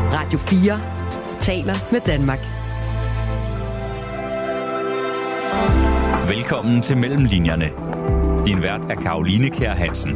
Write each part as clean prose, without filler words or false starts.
Radio 4 taler med Danmark. Velkommen til Mellemlinjerne. Din vært er Caroline Kjær Hansen.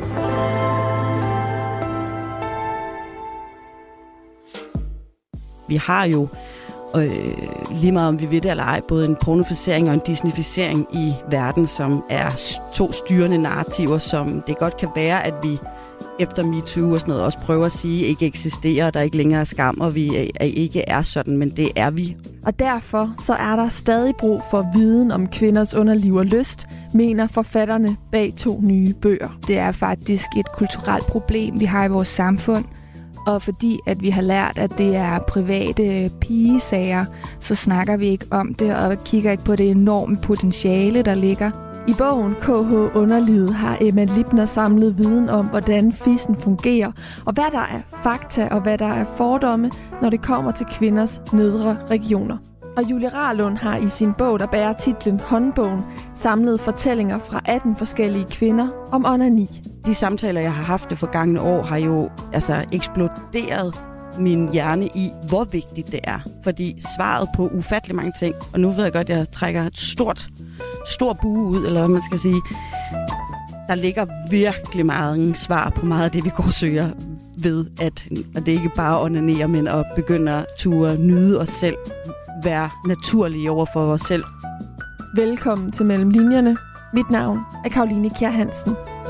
Vi har jo, lige meget om vi ved det eller ej, både en pornoficering og en disneyficering i verden, som er to styrende narrativer, som det godt kan være, at vi efter MeToo og sådan noget også prøver at sige, ikke eksisterer, der ikke længere er skam, og vi ikke er sådan, men det er vi. Og derfor så er der stadig brug for viden om kvinders underliv og lyst, mener forfatterne bag 2 nye bøger. Det er faktisk et kulturelt problem, vi har i vores samfund. Og fordi at vi har lært, at det er private pigesager, så snakker vi ikke om det og kigger ikke på det enorme potentiale, der ligger. I bogen KH Underlivet har Emma Lipner samlet viden om, hvordan fissen fungerer, og hvad der er fakta og hvad der er fordomme, når det kommer til kvinders nedre regioner. Og Julie Rahlund har i sin bog, der bærer titlen Håndbogen, samlet fortællinger fra 18 forskellige kvinder om onani. De samtaler, jeg har haft det forgangne år, har jo eksploderet min hjerne i, hvor vigtigt det er. Fordi svaret på ufattelig mange ting, og nu ved jeg godt, at jeg trækker et stor bue ud, eller hvad man skal sige. Der ligger virkelig meget svar på meget af det, vi går og søger ved, at det ikke bare onanerer, men at begynde at ture nyde os selv, være naturlige over for os selv. Velkommen til Mellemlinjerne. Mit navn er Caroline Kjær Hansen.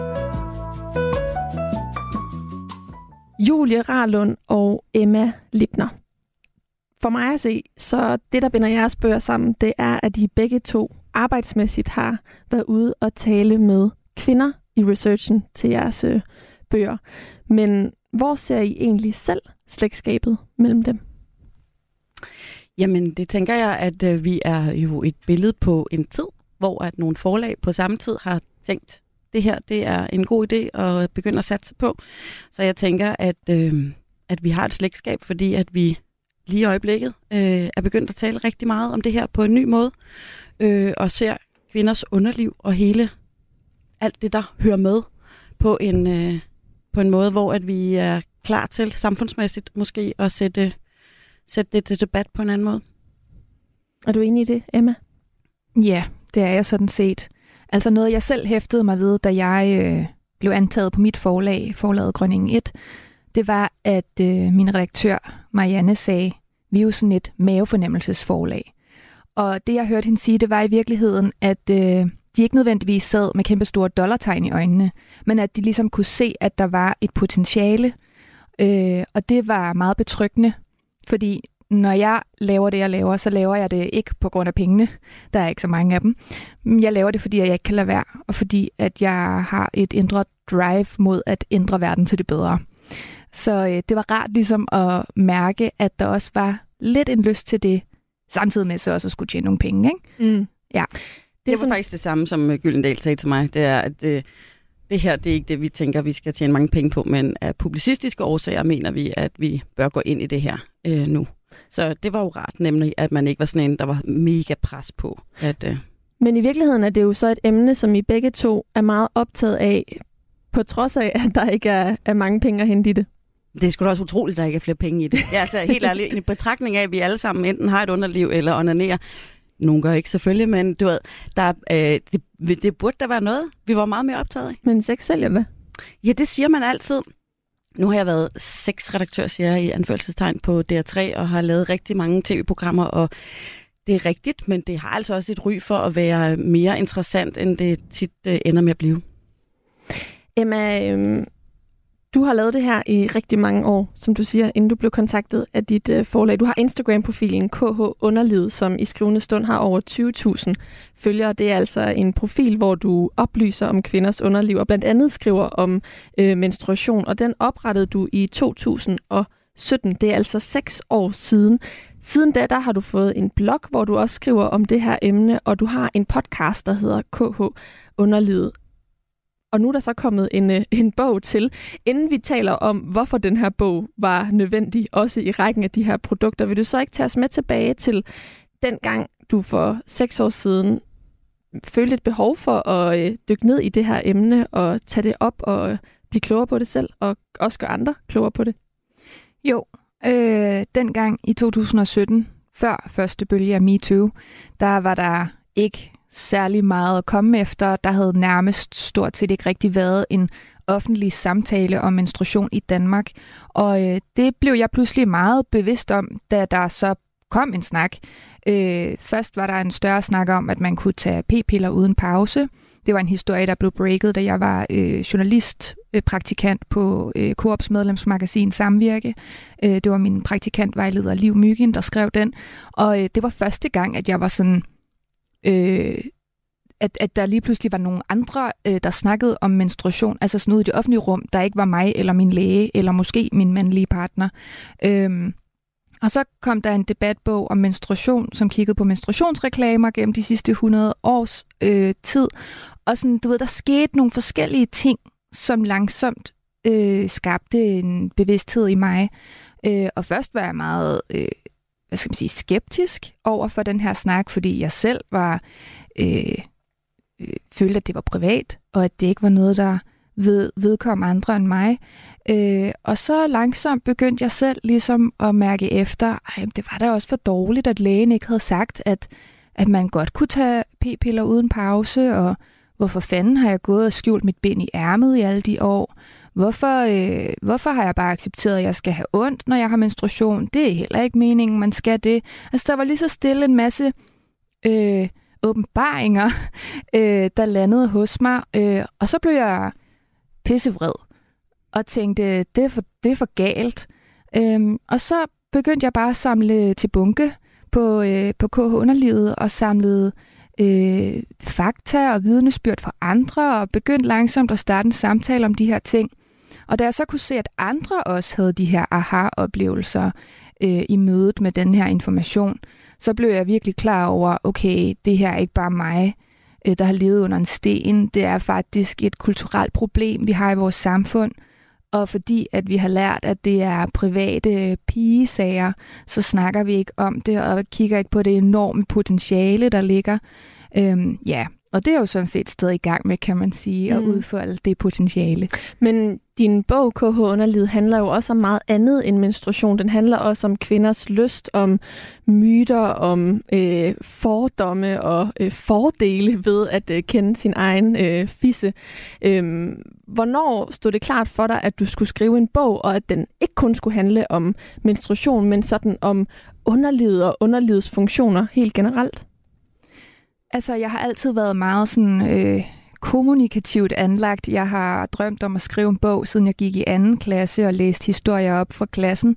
Julie Rahlund og Emma Lipner. For mig at se, så det, der binder jeres bøger sammen, det er, at I begge to arbejdsmæssigt har været ude og tale med kvinder i researchen til jeres bøger. Men hvor ser I egentlig selv slægtskabet mellem dem? Jamen, det tænker jeg, at vi er jo et billede på en tid, hvor at nogle forlag på samme tid har tænkt, det her, det er en god idé at begynde at satse på. Så jeg tænker, at vi har et slægtskab, fordi at vi lige i øjeblikket er begyndt at tale rigtig meget om det her på en ny måde, og ser kvinders underliv og alt det, der hører med på en måde, hvor at vi er klar til samfundsmæssigt måske at sætte det til debat på en anden måde. Er du enig i det, Emma? Ja, det er jeg sådan set. Altså noget, jeg selv hæftede mig ved, da jeg blev antaget på mit forlaget Grønningen 1, det var, at min redaktør Marianne sagde, vi er jo sådan et mavefornemmelsesforlag. Og det, jeg hørte hende sige, det var i virkeligheden, at de ikke nødvendigvis sad med kæmpe store dollartegn i øjnene, men at de ligesom kunne se, at der var et potentiale. Og det var meget betryggende, fordi når jeg laver det, jeg laver, så laver jeg det ikke på grund af pengene. Der er ikke så mange af dem. Jeg laver det, fordi jeg ikke kan lade være, og fordi at jeg har et indre drive mod at ændre verden til det bedre. Så det var rart ligesom at mærke, at der også var lidt en lyst til det, samtidig med så også at skulle tjene nogle penge, ikke? Mm. Ja. Det var faktisk det samme, som Gyldendal sagde til mig. Det er, at det her, det er ikke det, vi tænker, vi skal tjene mange penge på, men af publicistiske årsager mener vi, at vi bør gå ind i det her nu. Så det var jo rart, nemlig, at man ikke var sådan en, der var mega pres på. Men i virkeligheden er det jo så et emne, som I begge to er meget optaget af, på trods af, at der ikke er mange penge at hente i det. Det er sgu da også utroligt, at der ikke er flere penge i det. Ja, altså helt ærligt, en betragtning af, at vi alle sammen enten har et underliv eller onanerer. Nogle gør ikke selvfølgelig, men du ved, det burde der være noget, vi var meget mere optaget af. Men sex sælger det? Ja, det siger man altid. Nu har jeg været sexredaktør, siger jeg, i anførselstegn på DR3, og har lavet rigtig mange tv-programmer, og det er rigtigt, men det har altså også et ry for at være mere interessant, end det tit ender med at blive. Emma, du har lavet det her i rigtig mange år, som du siger, inden du blev kontaktet af dit forlag. Du har Instagram-profilen KH Underlivet, som i skrivende stund har over 20.000 følgere. Det er altså en profil, hvor du oplyser om kvinders underliv, og blandt andet skriver om menstruation, og den oprettede du i 2017. Det er altså 6 år siden. Siden da, der har du fået en blog, hvor du også skriver om det her emne, og du har en podcast, der hedder KH Underlivet. Og nu er der så kommet en bog til. Inden vi taler om, hvorfor den her bog var nødvendig, også i rækken af de her produkter, vil du så ikke tage os med tilbage til den gang, du for 6 år siden følte et behov for at dykke ned i det her emne og tage det op og blive klogere på det selv, og også gøre andre klogere på det? Jo, dengang i 2017, før første bølge af MeToo, der var der ikke særlig meget at komme efter. Der havde nærmest stort set ikke rigtig været en offentlig samtale om menstruation i Danmark. Og det blev jeg pludselig meget bevidst om, da der så kom en snak. Først var der en større snak om, at man kunne tage p-piller uden pause. Det var en historie, der blev breaket, da jeg var journalistpraktikant på Coops medlemsmagasin Samvirke. Det var min praktikantvejleder Liv Myggen, der skrev den. Og det var første gang, at jeg var sådan... At der lige pludselig var nogle andre, der snakkede om menstruation, altså sådan ude i det offentlige rum, der ikke var mig eller min læge, eller måske min mandlige partner. Og så kom der en debatbog om menstruation, som kiggede på menstruationsreklamer gennem de sidste 100 års tid. Og sådan, du ved, der skete nogle forskellige ting, som langsomt skabte en bevidsthed i mig. Og først var jeg meget, skeptisk over for den her snak, fordi jeg selv var... følte, at det var privat, og at det ikke var noget, der vedkom andre end mig. Og så langsomt begyndte jeg selv ligesom at mærke efter, det var da også for dårligt, at lægen ikke havde sagt, at man godt kunne tage p-piller uden pause, og hvorfor fanden har jeg gået og skjult mit ben i ærmet i alle de år? Hvorfor har jeg bare accepteret, at jeg skal have ondt, når jeg har menstruation? Det er heller ikke meningen, man skal det. Altså, der var lige så stille en masse... åbenbaringer, der landede hos mig, og så blev jeg pissevred og tænkte, det er for galt. Og så begyndte jeg bare at samle til bunke på KH Underlivet og samlede fakta og vidnesbyrd fra andre og begyndte langsomt at starte en samtale om de her ting. Og da jeg så kunne se, at andre også havde de her aha-oplevelser i mødet med den her information, så blev jeg virkelig klar over, okay, det her er ikke bare mig, der har levet under en sten. Det er faktisk et kulturelt problem, vi har i vores samfund. Og fordi at vi har lært, at det er private pigesager, så snakker vi ikke om det og kigger ikke på det enorme potentiale, der ligger. Og det er jo sådan set stadig i gang med, kan man sige, at udfolde det potentiale. Men din bog, KH Underlivet, handler jo også om meget andet end menstruation. Den handler også om kvinders lyst, om myter, om fordomme og fordele ved at kende sin egen fisse. Hvornår stod det klart for dig, at du skulle skrive en bog, og at den ikke kun skulle handle om menstruation, men sådan om underlivet og underlivets funktioner helt generelt? Altså, jeg har altid været meget sådan kommunikativt anlagt. Jeg har drømt om at skrive en bog, siden jeg gik i 2. klasse og læste historier op fra klassen.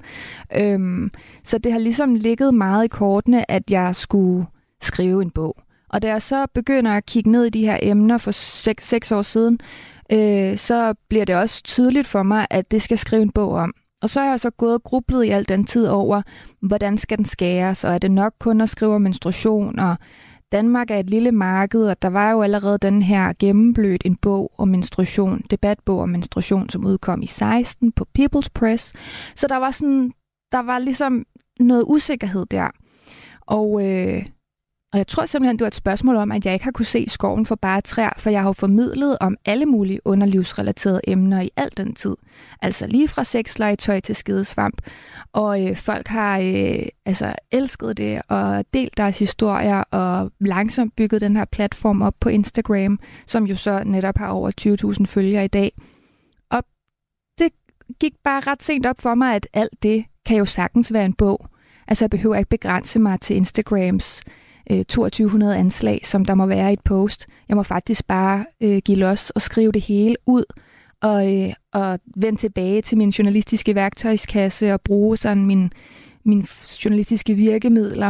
Så det har ligesom ligget meget i kortene, at jeg skulle skrive en bog. Og da jeg så begynder at kigge ned i de her emner for 6 år siden, så bliver det også tydeligt for mig, at det skal jeg skrive en bog om. Og så har jeg så gået og grublet i al den tid over, hvordan skal den skæres, og er det nok kun at skrive om menstruation, og Danmark er et lille marked, og der var jo allerede den her gennemblødt en bog om menstruation, debatbog om menstruation, som udkom i 16 på People's Press. Så der var ligesom noget usikkerhed der. Og jeg tror simpelthen, det var et spørgsmål om, at jeg ikke har kunne se skoven for bare træer, for jeg har jo formidlet om alle mulige underlivsrelaterede emner i al den tid. Altså lige fra sexlegetøj til skedesvamp. Og folk har elsket det og delt deres historier og langsomt bygget den her platform op på Instagram, som jo så netop har over 20.000 følgere i dag. Og det gik bare ret sent op for mig, at alt det kan jo sagtens være en bog. Altså jeg behøver ikke begrænse mig til Instagrams 2200 anslag, som der må være i et post. Jeg må faktisk bare give los og skrive det hele ud og vende tilbage til min journalistiske værktøjskasse og bruge sådan mine journalistiske virkemidler.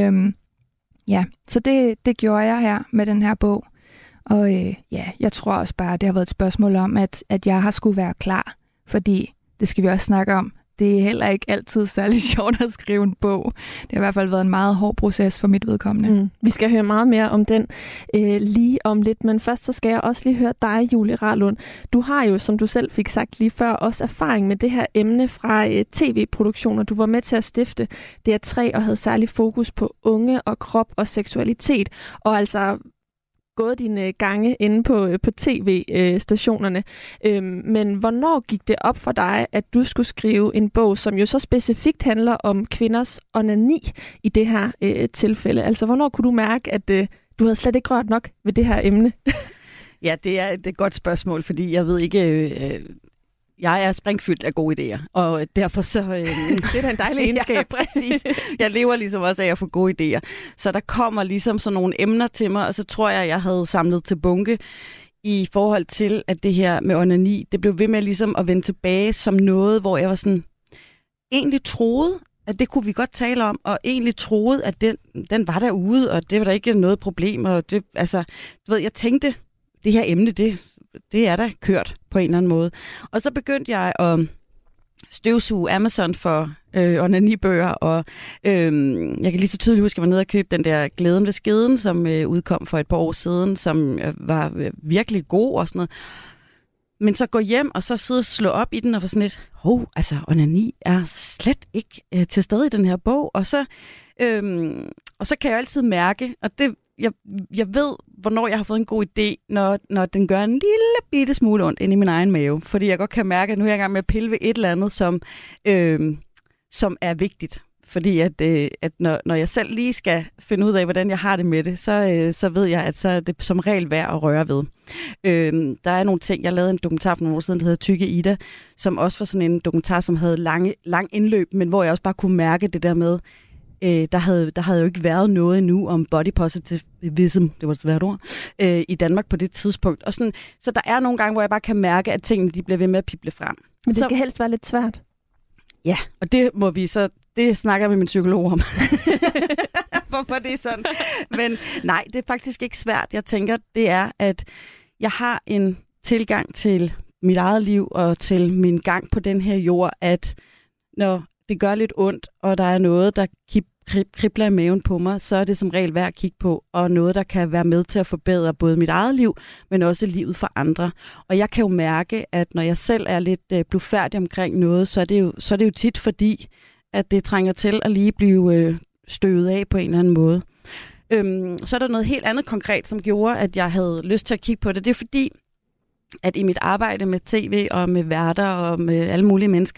Så det gjorde jeg her med den her bog. Og jeg tror også bare, det har været et spørgsmål om, at jeg har skulle være klar, fordi det skal vi også snakke om. Det er heller ikke altid særlig sjovt at skrive en bog. Det har i hvert fald været en meget hård proces for mit vedkommende. Vi skal høre meget mere om den lige om lidt, men først så skal jeg også lige høre dig, Julie Rarlund. Du har jo, som du selv fik sagt lige før, også erfaring med det her emne fra tv-produktioner. Du var med til at stifte DR3 og havde særlig fokus på unge og krop og seksualitet. Og altså gået dine gange inde på tv-stationerne. Men hvornår gik det op for dig, at du skulle skrive en bog, som jo så specifikt handler om kvinders onani i det her tilfælde? Altså, hvornår kunne du mærke, at du havde slet ikke rørt nok ved det her emne? Ja, det er et godt spørgsmål, fordi jeg ved ikke... Jeg er springfyldt af gode idéer, og derfor så... det er da en dejlig egenskab. Ja, præcis. Jeg lever ligesom også af at få gode idéer. Så der kommer ligesom sådan nogle emner til mig, og så tror jeg havde samlet til bunke i forhold til, at det her med onani, det blev ved med ligesom at vende tilbage som noget, hvor jeg var sådan... Egentlig troede, at det kunne vi godt tale om, og egentlig troede, at den var derude, og det var der ikke noget problem. Og det, altså, du ved, jeg tænkte, det her emne, det er da kørt på en eller anden måde. Og så begyndte jeg at støvsuge Amazon for onanibøger, og jeg kan lige så tydeligt huske, at jeg var nede og købe den der Glæden ved skeden, som udkom for et par år siden, som var virkelig god og sådan noget. Men så gå hjem og så sidde og slå op i den og få sådan lidt, altså onani er slet ikke til stede i den her bog. Og så kan jeg altid mærke, og det jeg ved, hvornår jeg har fået en god idé, når den gør en lille bitte smule ondt ind i min egen mave. Fordi jeg godt kan mærke, at nu er jeg i gang med at pille ved et eller andet, som er vigtigt. Fordi at når jeg selv lige skal finde ud af, hvordan jeg har det med det, så ved jeg, at så er det som regel værd at røre ved. Der er nogle ting, jeg lavede en dokumentar for nogle år siden, der hedder Tykke Ida, som også var sådan en dokumentar, som havde lang indløb, men hvor jeg også bare kunne mærke det der med, der havde jo ikke været noget endnu om body positivism, det var et svært ord, i Danmark på det tidspunkt. Og sådan, så der er nogle gange, hvor jeg bare kan mærke, at tingene de bliver ved med at pible frem. Men det skal helst være lidt svært. Ja, og det snakker jeg med min psykolog om. Hvorfor det er sådan. Men nej, det er faktisk ikke svært. Jeg tænker, det er, at jeg har en tilgang til mit eget liv og til min gang på den her jord, at når det gør lidt ondt, og der er noget, der kribler i maven på mig, så er det som regel værd at kigge på, og noget, der kan være med til at forbedre både mit eget liv, men også livet for andre. Og jeg kan jo mærke, at når jeg selv er lidt blufærdig omkring noget, så er det jo tit fordi, at det trænger til at lige blive støvet af på en eller anden måde. Så er der noget helt andet konkret, som gjorde, at jeg havde lyst til at kigge på det. Det er fordi, at i mit arbejde med tv og med værter og med alle mulige mennesker,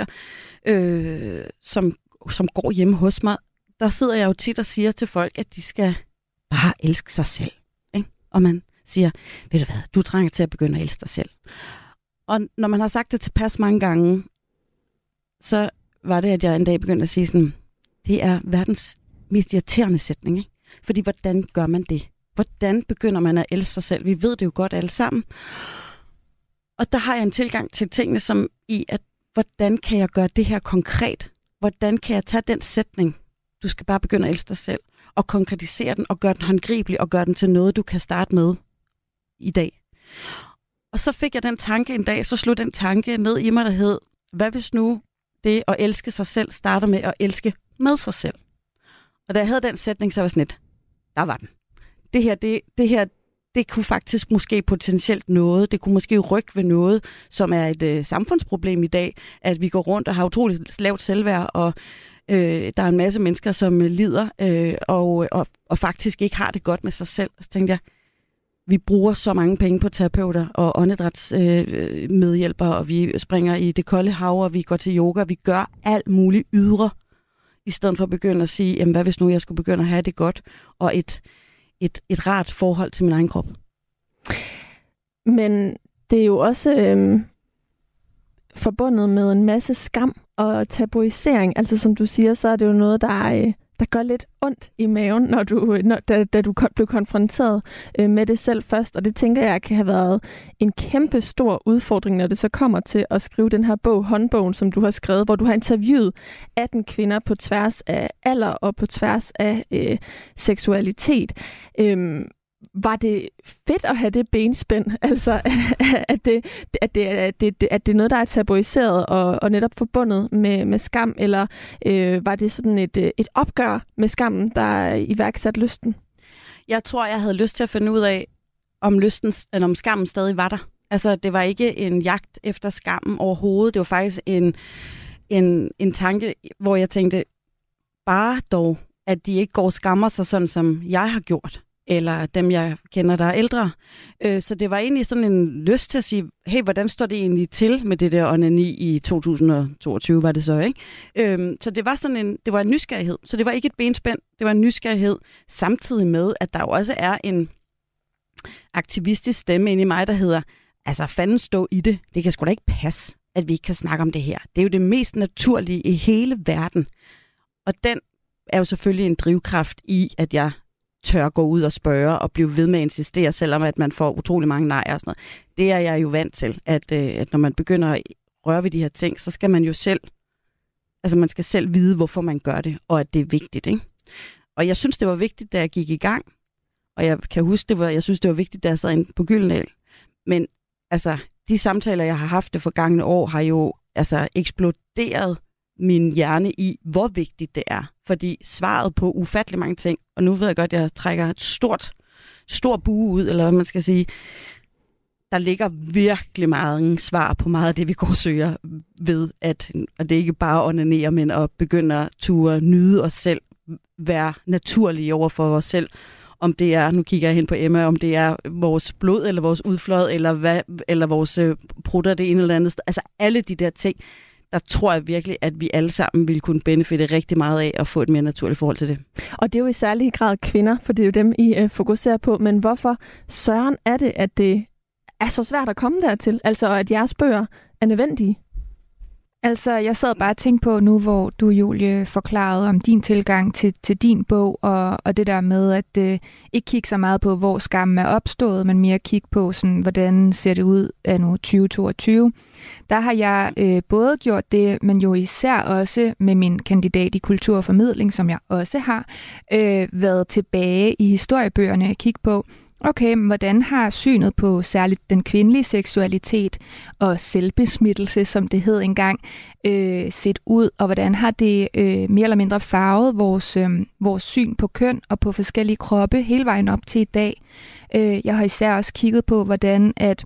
som går hjemme hos mig, der sidder jeg jo tit og siger til folk, at de skal bare elske sig selv. Ikke? Og man siger, ved du hvad, du trænger til at begynde at elske dig selv. Og når man har sagt det tilpas mange gange, så var det, at jeg en dag begyndte at sige sådan, det er verdens mest irriterende sætning. Ikke? Fordi hvordan gør man det? Hvordan begynder man at elske sig selv? Vi ved det jo godt alle sammen. Og der har jeg en tilgang til tingene som i, at hvordan kan jeg gøre det her konkret? Hvordan kan jeg tage den sætning, du skal bare begynde at elske dig selv, og konkretisere den, og gøre den håndgribelig, og gøre den til noget, du kan starte med i dag. Og så fik jeg den tanke en dag, så slog den tanke ned i mig, der hed, hvad hvis nu det at elske sig selv starter med at elske med sig selv? Og da jeg havde den sætning, så var sådan lidt, der var den. Det her, det kunne faktisk måske potentielt noget. Det kunne måske rykke ved noget, som er et samfundsproblem i dag, at vi går rundt og har utroligt lavt selvværd, og der er en masse mennesker, som lider og faktisk ikke har det godt med sig selv. Så tænkte jeg, vi bruger så mange penge på terapeuter og åndedrætsmedhjælpere, og vi springer i det kolde hav, og vi går til yoga, og vi gør alt muligt ydre, i stedet for at begynde at sige, jamen, hvad hvis nu jeg skulle begynde at have det godt, og et rart forhold til min egen krop. Men det er jo også forbundet med en masse skam og tabuisering. Altså som du siger, så er det jo noget, der gør lidt ondt i maven, da du blev konfronteret med det selv først. Og det tænker jeg kan have været en kæmpe stor udfordring, når det så kommer til at skrive den her bog, håndbogen, som du har skrevet, hvor du har interviewet 18 kvinder på tværs af alder og på tværs af seksualitet. Var det fedt at have det benspænd? Altså, at det er noget, der er tabuiseret og netop forbundet med skam? Eller var det sådan et opgør med skammen, der iværksatte lysten? Jeg tror, jeg havde lyst til at finde ud af, om skammen stadig var der. Altså, det var ikke en jagt efter skammen overhovedet. Det var faktisk en tanke, hvor jeg tænkte, bare dog, at de ikke går og skammer sig sådan, som jeg har gjort. eller dem, jeg kender, der er ældre. Så det var egentlig sådan en lyst til at sige, hey, hvordan står det egentlig til med det der onani i 2022, var det så, ikke? Så det var det var en nysgerrighed. Så det var ikke et benspænd, det var en nysgerrighed, samtidig med, at der jo også er en aktivistisk stemme inde i mig, der hedder, altså fanden stå i det. Det kan sgu da ikke passe, at vi ikke kan snakke om det her. Det er jo det mest naturlige i hele verden. Og den er jo selvfølgelig en drivkraft i, at jeg tør gå ud og spørge og blive ved med at insistere, selvom at man får utrolig mange nejer og sådan noget. Det er jeg jo vant til, at når man begynder at røre ved de her ting, så skal man jo selv, altså man skal selv vide, hvorfor man gør det, og at det er vigtigt, ikke? Og jeg synes, det var vigtigt, da jeg gik i gang, og jeg kan huske, jeg synes, det var vigtigt, da jeg sad inde på Gyldendal. Men altså, de samtaler, jeg har haft det forgangne år, har jo altså eksploderet min hjerne i, hvor vigtigt det er. Fordi svaret på ufattelig mange ting, og nu ved jeg godt, at jeg trækker et stor bue ud, eller hvad man skal sige, der ligger virkelig meget svar på meget af det, vi går og søger ved, at det ikke bare onanere, men at begynde at ture nyde os selv, være naturlige over for os selv. Om det er, nu kigger jeg hen på Emma, om det er vores blod, eller vores udflod, eller vores prutter, det ene eller andet. Altså alle de der ting, der tror jeg virkelig, at vi alle sammen ville kunne benefitte rigtig meget af at få et mere naturligt forhold til det. Og det er jo i særlig grad kvinder, for det er jo dem, I fokuserer på. Men hvorfor søren er det, at det er så svært at komme dertil? Altså, at jeres bøger er nødvendige? Altså, jeg sad bare og tænkte på nu, hvor du, Julie, forklarede om din tilgang til din bog, og det der med at ikke kigge så meget på, hvor skammen er opstået, men mere kigge på, sådan, hvordan ser det ud af nu 2022. Der har jeg både gjort det, men jo især også med min kandidat i kulturformidling, som jeg også har, været tilbage i historiebøgerne og kigge på, okay, men hvordan har synet på særligt den kvindelige seksualitet og selvbesmittelse, som det hed engang, set ud, og hvordan har det mere eller mindre farvet vores syn på køn og på forskellige kroppe hele vejen op til i dag. Jeg har især også kigget på, hvordan at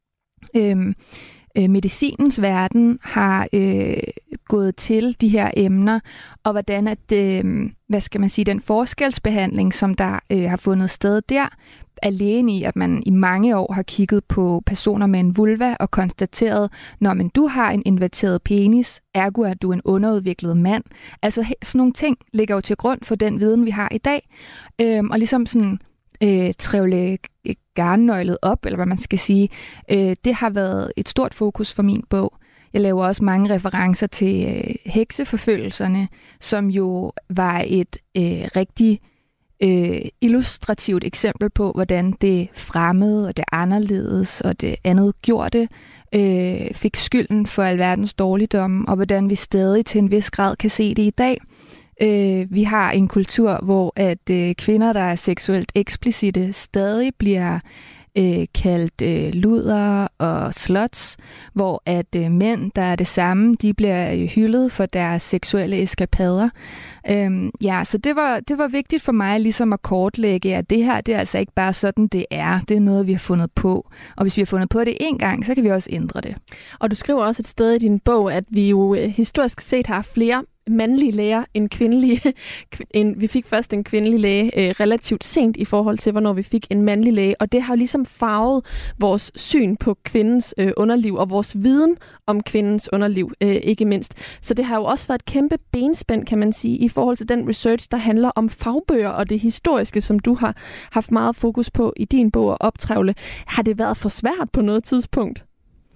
medicinens verden har gået til de her emner, og hvordan at, den forskelsbehandling, som der har fundet sted der, alene i, at man i mange år har kigget på personer med en vulva og konstateret, men du har en inverteret penis, ergo er du en underudviklet mand. Altså sådan nogle ting ligger jo til grund for den viden, vi har i dag. Og ligesom sådan trævle garnnøglet op, eller hvad man skal sige, det har været et stort fokus for min bog. Jeg laver også mange referencer til hekseforfølgelserne, som jo var et rigtig illustrativt eksempel på, hvordan det fremmede og det anderledes og det andet gjorde det, fik skylden for alverdens dårligdomme, og hvordan vi stadig til en vis grad kan se det i dag. Vi har en kultur, hvor at kvinder, der er seksuelt eksplicite, stadig bliver kaldt luder og sluts, hvor at mænd, der er det samme, de bliver hyldet for deres seksuelle eskapader. Så det var vigtigt for mig ligesom at kortlægge, at det her, det er altså ikke bare sådan, det er. Det er noget, vi har fundet på. Og hvis vi har fundet på det en gang, så kan vi også ændre det. Og du skriver også et sted i din bog, at vi jo historisk set har flere mandlige læger end kvindelige. Vi fik først en kvindelig læge relativt sent i forhold til, hvornår vi fik en mandlig læge, og det har ligesom farvet vores syn på kvindens underliv og vores viden om kvindens underliv, ikke mindst. Så det har jo også været et kæmpe benspænd, kan man sige, i forhold til den research, der handler om fagbøger og det historiske, som du har haft meget fokus på i din bog at optrævle. Har det været for svært på noget tidspunkt?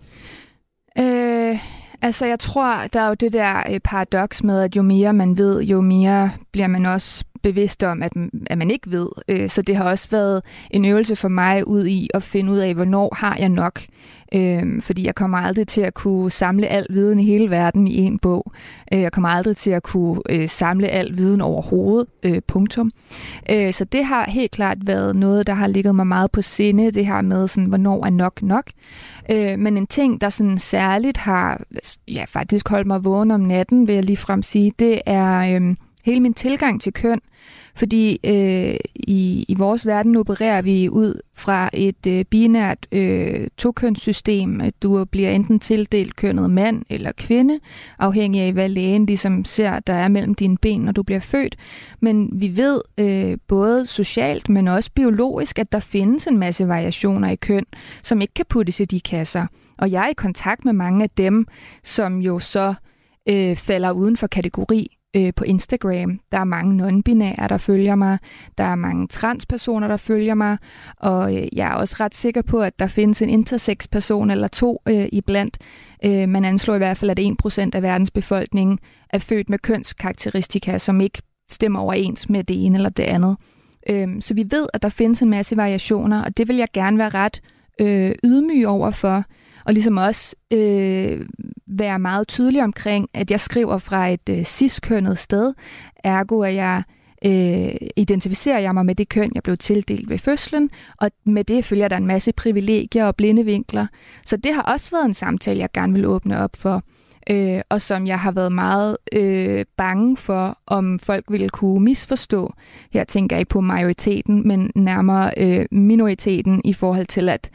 Altså, jeg tror, der er jo det der paradoks med, at jo mere man ved, jo mere bliver man også bevidst om, at man ikke ved. Så det har også været en øvelse for mig ud i at finde ud af, hvornår har jeg nok. Fordi jeg kommer aldrig til at kunne samle al viden i hele verden i en bog. Jeg kommer aldrig til at kunne samle al viden overhovedet. Punktum. Så det har helt klart været noget, der har ligget mig meget på sinde, det her med, sådan, hvornår er nok. Men en ting, der sådan særligt har faktisk holdt mig vågen om natten, vil jeg ligefrem sige, det er hele min tilgang til køn. Fordi i vores verden opererer vi ud fra et binært tokønssystem. Du bliver enten tildelt kønnet mand eller kvinde, afhængig af hvad lægen ligesom ser, der er mellem dine ben, når du bliver født. Men vi ved både socialt, men også biologisk, at der findes en masse variationer i køn, som ikke kan puttes i de kasser. Og jeg er i kontakt med mange af dem, som jo så falder uden for kategori på Instagram. Der er mange non-binære, der følger mig. Der er mange transpersoner, der følger mig. Og jeg er også ret sikker på, at der findes en intersex-person eller to iblandt. Man anslår i hvert fald, at 1% af verdens befolkning er født med kønskarakteristika, som ikke stemmer overens med det ene eller det andet. Så vi ved, at der findes en masse variationer, og det vil jeg gerne være ret ydmyg overfor. Og ligesom også være meget tydelig omkring, at jeg skriver fra et cis-kønnet sted. Ergo at jeg identificerer jeg mig med det køn, jeg blev tildelt ved fødslen, og med det følger der en masse privilegier og blinde vinkler. Så det har også været en samtale, jeg gerne vil åbne op for, og som jeg har været meget bange for, om folk ville kunne misforstå. Her tænker jeg ikke på majoriteten, men nærmere minoriteten i forhold til, at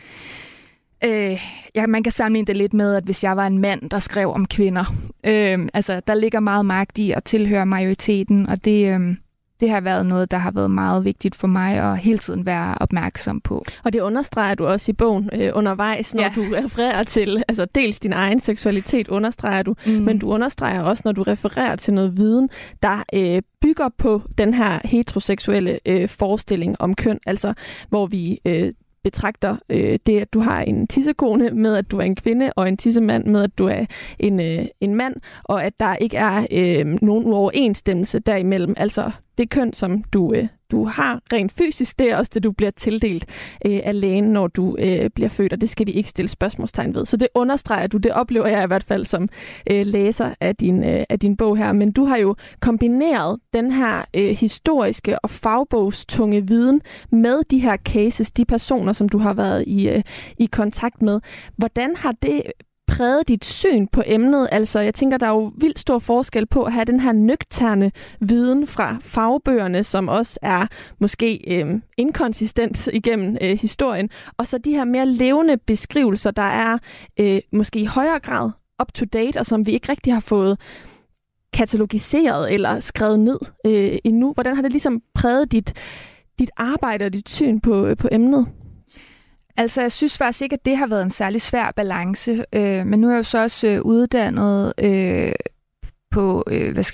man kan sammenligne det lidt med, at hvis jeg var en mand, der skrev om kvinder. Altså, der ligger meget magt i at tilhøre majoriteten, og det har været noget, der har været meget vigtigt for mig at hele tiden være opmærksom på. Og det understreger du også i bogen undervejs, når du refererer til, altså dels din egen seksualitet understreger du, men du understreger også, når du refererer til noget viden, der bygger på den her heteroseksuelle forestilling om køn, altså hvor vi betragter det, at du har en tissekone med, at du er en kvinde, og en tissemand med, at du er en mand, og at der ikke er nogen uoverensstemmelse derimellem. Altså det køn, som du har rent fysisk, det er også det, du bliver tildelt af lægen, når du bliver født, og det skal vi ikke stille spørgsmålstegn ved. Så det understreger du, det oplever jeg i hvert fald som læser af din bog her. Men du har jo kombineret den her historiske og fagbogstunge viden med de her cases, de personer, som du har været i kontakt med. Hvordan har det præget dit syn på emnet? Altså, jeg tænker, der er jo vildt stor forskel på at have den her nøgterne viden fra fagbøgerne, som også er måske inkonsistent igennem historien, og så de her mere levende beskrivelser, der er måske i højere grad up-to-date, og som vi ikke rigtig har fået katalogiseret eller skrevet ned endnu. Hvordan har det ligesom præget dit arbejde og dit syn på emnet? Altså, jeg synes faktisk ikke, at det har været en særlig svær balance, men nu er jeg jo så også uddannet på,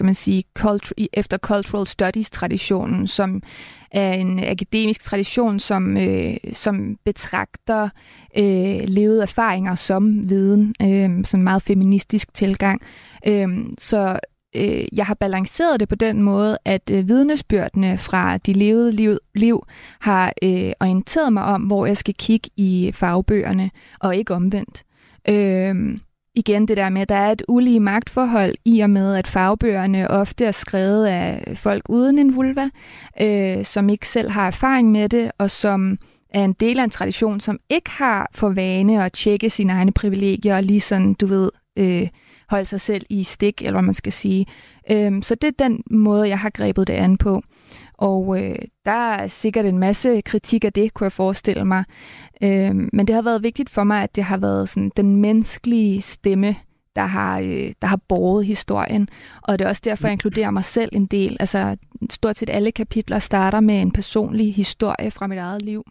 efter Cultural Studies-traditionen, som er en akademisk tradition, som betragter levede erfaringer som viden, som en meget feministisk tilgang. Så jeg har balanceret det på den måde, at vidnesbyrdene fra de levede liv har orienteret mig om, hvor jeg skal kigge i fagbøgerne, og ikke omvendt. Igen det der med, at der er et ulige magtforhold i og med, at fagbøgerne ofte er skrevet af folk uden en vulva, som ikke selv har erfaring med det, og som er en del af en tradition, som ikke har for vane at tjekke sine egne privilegier, og lige sådan, du ved, holde sig selv i stik, eller hvad man skal sige. Så det er den måde, jeg har grebet det an på. Og der er sikkert en masse kritik af det, kunne jeg forestille mig. Men det har været vigtigt for mig, at det har været sådan den menneskelige stemme, der har båret historien. Og det er også derfor, jeg inkluderer mig selv en del. Altså stort set alle kapitler starter med en personlig historie fra mit eget liv,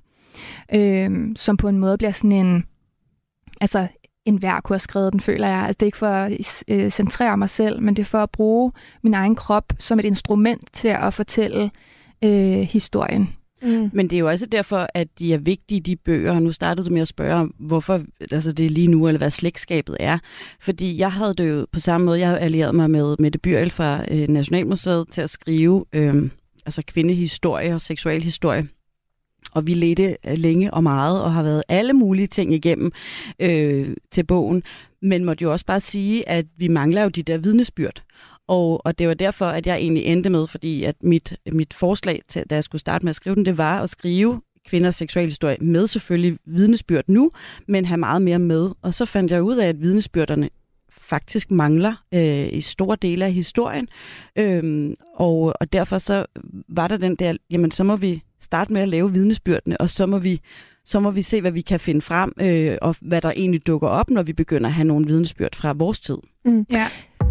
som på en måde bliver sådan en... Altså, enhver kunne have skrevet den, føler jeg. Altså, det er ikke for at centrere mig selv, men det er for at bruge min egen krop som et instrument til at fortælle historien. Men det er jo også derfor, at de er vigtige, de bøger. Nu startede du med at spørge, hvorfor altså det er lige nu, eller hvad slægtskabet er. Fordi jeg havde det jo på samme måde, jeg har allieret mig med Mette Byrjel fra Nationalmuseet til at skrive kvindehistorie og seksualhistorie. Og vi ledte længe og meget, og har været alle mulige ting igennem til bogen. Men måtte jo også bare sige, at vi mangler jo de der vidnesbyrd. Og det var derfor, at jeg egentlig endte med, fordi at mit forslag, til, da jeg skulle starte med at skrive den, det var at skrive kvinders seksualhistorie med selvfølgelig vidnesbyrd nu, men have meget mere med. Og så fandt jeg ud af, at vidnesbyrderne faktisk mangler i store dele af historien. Og derfor så var der den der, jamen så må vi starte med at lave vidnesbyrdene, og så må vi se, hvad vi kan finde frem, og hvad der egentlig dukker op, når vi begynder at have nogle vidnesbyrd fra vores tid. Mm. Ja.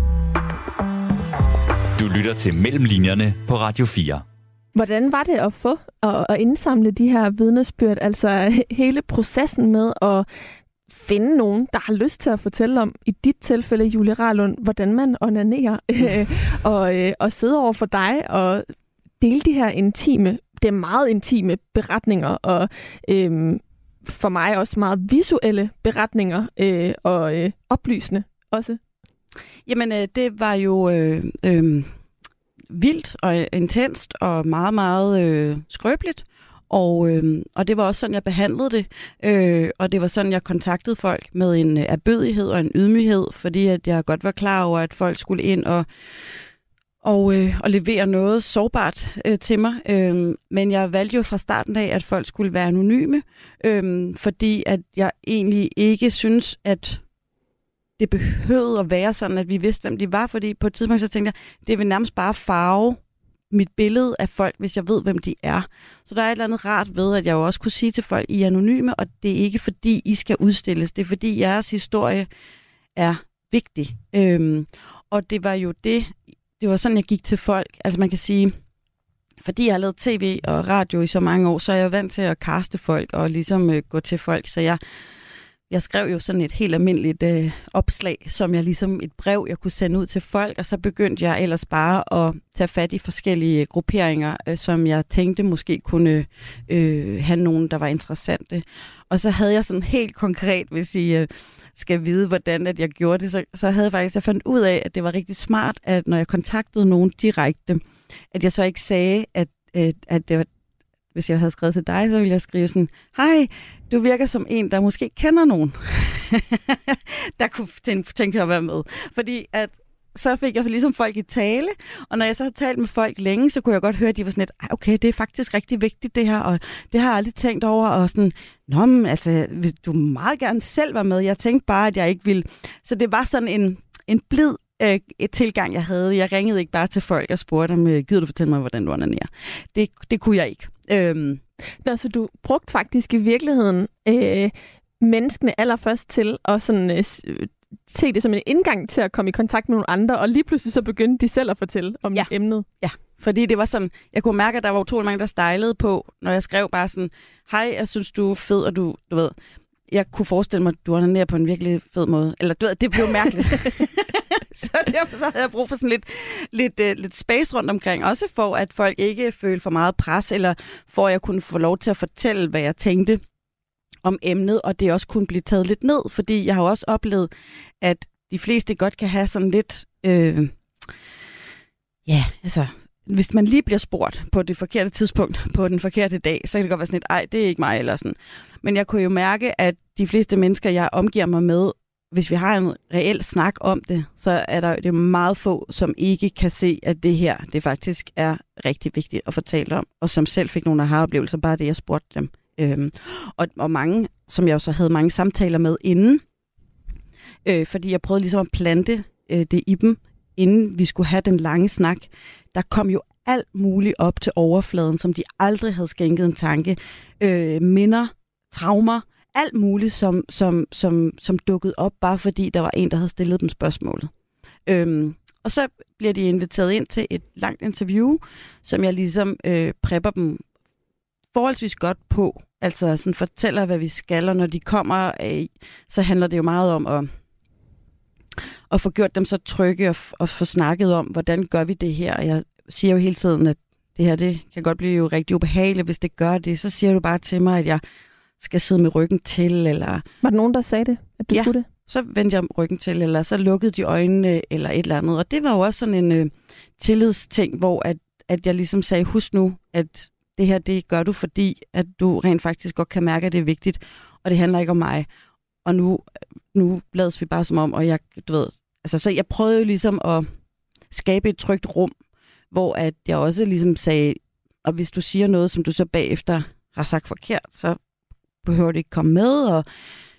Du lytter til Mellem Linjerne på Radio 4. Hvordan var det at få og indsamle de her vidnesbyrd, altså hele processen med at finde nogen, der har lyst til at fortælle om, i dit tilfælde, Julie Rahlund, hvordan man onanerer, og sidde over for dig og dele de her det er meget intime beretninger, og for mig også meget visuelle beretninger, og oplysende også. Jamen, det var jo vildt og intenst og meget, meget skrøbeligt. Og det var også sådan, jeg behandlede det. Og det var sådan, jeg kontaktede folk med en ærbødighed og en ydmyghed, fordi at jeg godt var klar over, at folk skulle ind og levere noget sårbart til mig. Men jeg valgte jo fra starten af, at folk skulle være anonyme, fordi at jeg egentlig ikke synes, at det behøvede at være sådan, at vi vidste, hvem de var, fordi på et tidspunkt så tænkte jeg, det vil nærmest bare farve mit billede af folk, hvis jeg ved, hvem de er. Så der er et eller andet rart ved, at jeg jo også kunne sige til folk, I er anonyme, og det er ikke fordi, I skal udstilles. Det er fordi, jeres historie er vigtig. Og det var jo det var sådan, jeg gik til folk. Altså man kan sige, fordi jeg har lavet tv og radio i så mange år, så er jeg vant til at kaste folk og ligesom gå til folk. Så jeg skrev jo sådan et helt almindeligt opslag, som jeg ligesom et brev, jeg kunne sende ud til folk, og så begyndte jeg ellers bare at tage fat i forskellige grupperinger, som jeg tænkte måske kunne have nogen, der var interessante. Og så havde jeg sådan helt konkret, hvis I skal vide, hvordan at jeg gjorde det, så havde jeg fandt ud af, at det var rigtig smart, at når jeg kontaktede nogen direkte, at jeg så ikke sagde, at det var, hvis jeg havde skrevet til dig, så ville jeg skrive sådan, hej, du virker som en, der måske kender nogen, der kunne tænke at være med. Fordi at så fik jeg ligesom folk i tale, og når jeg så havde talt med folk længe, så kunne jeg godt høre, at de var sådan lidt, okay, det er faktisk rigtig vigtigt det her, og det har jeg aldrig tænkt over, og sådan, nå, men altså, vil du meget gerne selv være med? Jeg tænkte bare, at jeg ikke ville. Så det var sådan en blid tilgang, jeg havde. Jeg ringede ikke bare til folk og spurgte dem, gider du fortælle mig, hvordan du onanerer? Det kunne jeg ikke. Så du brugte faktisk i virkeligheden menneskene allerførst til at sådan, se det som en indgang til at komme i kontakt med nogle andre, og lige pludselig så begyndte de selv at fortælle om emnet. Ja, fordi det var sådan, jeg kunne mærke, at der var utrolig mange, der stejlede på, når jeg skrev bare sådan, hej, jeg synes, du er fed, og du ved, jeg kunne forestille mig, at du onanerer på en virkelig fed måde. Eller du ved, det blev mærkeligt. Så derfor så havde jeg brug for sådan lidt space rundt omkring, også for, at folk ikke følte for meget pres, eller for at jeg kunne få lov til at fortælle, hvad jeg tænkte om emnet, og det også kunne blive taget lidt ned, fordi jeg har også oplevet, at de fleste godt kan have sådan lidt, hvis man lige bliver spurgt på det forkerte tidspunkt, på den forkerte dag, så kan det godt være sådan lidt, det er ikke mig, eller sådan. Men jeg kunne jo mærke, at de fleste mennesker, jeg omgiver mig med, hvis vi har en reel snak om det, så er der det meget få, som ikke kan se, at det her, det faktisk er rigtig vigtigt at fortælle om, og som selv fik nogle aha-oplevelser, bare det, jeg spurgte dem. Og mange, som jeg også havde mange samtaler med inden, fordi jeg prøvede ligesom at plante det i dem, inden vi skulle have den lange snak. Der kom jo alt muligt op til overfladen, som de aldrig havde skænket en tanke. Minder, traumer, alt muligt, som dukkede op, bare fordi der var en, der havde stillet dem spørgsmålet. Og så bliver de inviteret ind til et langt interview, som jeg ligesom prepper dem forholdsvis godt på. Altså sådan fortæller, hvad vi skal, og når de kommer, så handler det jo meget om at få gjort dem så trygge og få snakket om, hvordan gør vi det her. Og jeg siger jo hele tiden, at det her, det kan godt blive jo rigtig ubehageligt, hvis det gør det. Så siger du bare til mig, at jeg skal sidde med ryggen til, eller... Var der nogen, der sagde det, at du skulle det? Så vendte jeg ryggen til, eller så lukkede de øjnene, eller et eller andet. Og det var jo også sådan en tillidsting, hvor at jeg ligesom sagde, husk nu, at det her, det gør du, fordi at du rent faktisk godt kan mærke, at det er vigtigt, og det handler ikke om mig. Og nu lades vi bare som om, og jeg, du ved... Altså, så jeg prøvede jo ligesom at skabe et trygt rum, hvor at jeg også ligesom sagde, og hvis du siger noget, som du så bagefter har sagt forkert, så behøver det ikke komme med, og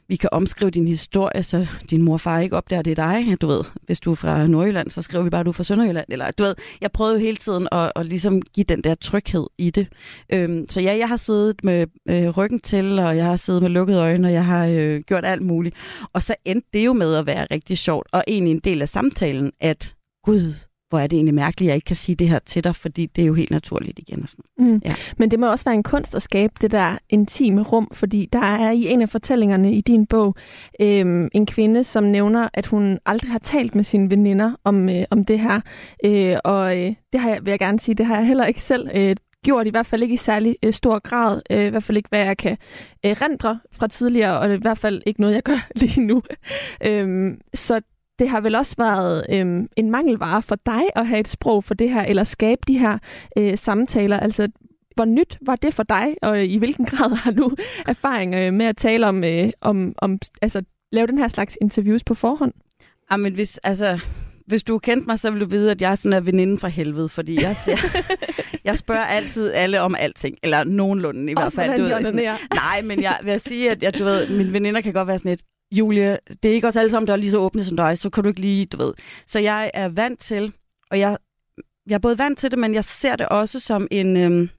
vi kan omskrive din historie, så din mor og far ikke opdager, det er dig. Du ved, hvis du er fra Nordjylland, så skriver vi bare, at du er fra Sønderjylland. Eller, du ved, jeg prøvede jo hele tiden at ligesom give den der tryghed i det. Så ja, jeg har siddet med ryggen til, og jeg har siddet med lukkede øjne, og jeg har gjort alt muligt. Og så endte det jo med at være rigtig sjovt, og egentlig en del af samtalen, at gud, hvor er det egentlig mærkeligt, at jeg ikke kan sige det her til dig, fordi det er jo helt naturligt igen. Og sådan. Ja. Men det må også være en kunst at skabe det der intime rum, fordi der er i en af fortællingerne i din bog en kvinde, som nævner, at hun aldrig har talt med sine veninder om det her. Det har jeg, vil jeg gerne sige, det har jeg heller ikke selv gjort, i hvert fald ikke i særlig stor grad. I hvert fald ikke, hvad jeg kan erindre fra tidligere, og det er i hvert fald ikke noget, jeg gør lige nu. Så det har vel også været en mangelvare for dig at have et sprog for det her, eller skabe de her samtaler. Altså, hvor nyt var det for dig, og i hvilken grad har du erfaring med at tale om altså, lave den her slags interviews på forhånd? Jamen, hvis du kendte mig, så vil du vide, at jeg er sådan en veninde fra helvede, fordi jeg spørger altid alle om alting, eller nogenlunde i hvert fald. Du ved, sådan, nej, men jeg vil sige, at du ved, mine veninder kan godt være sådan et, Julie, det er ikke også alle sammen, der er lige så åbne som dig, så kan du ikke lige, du ved. Så jeg er vant til, og jeg er både vant til det, men jeg ser det også som en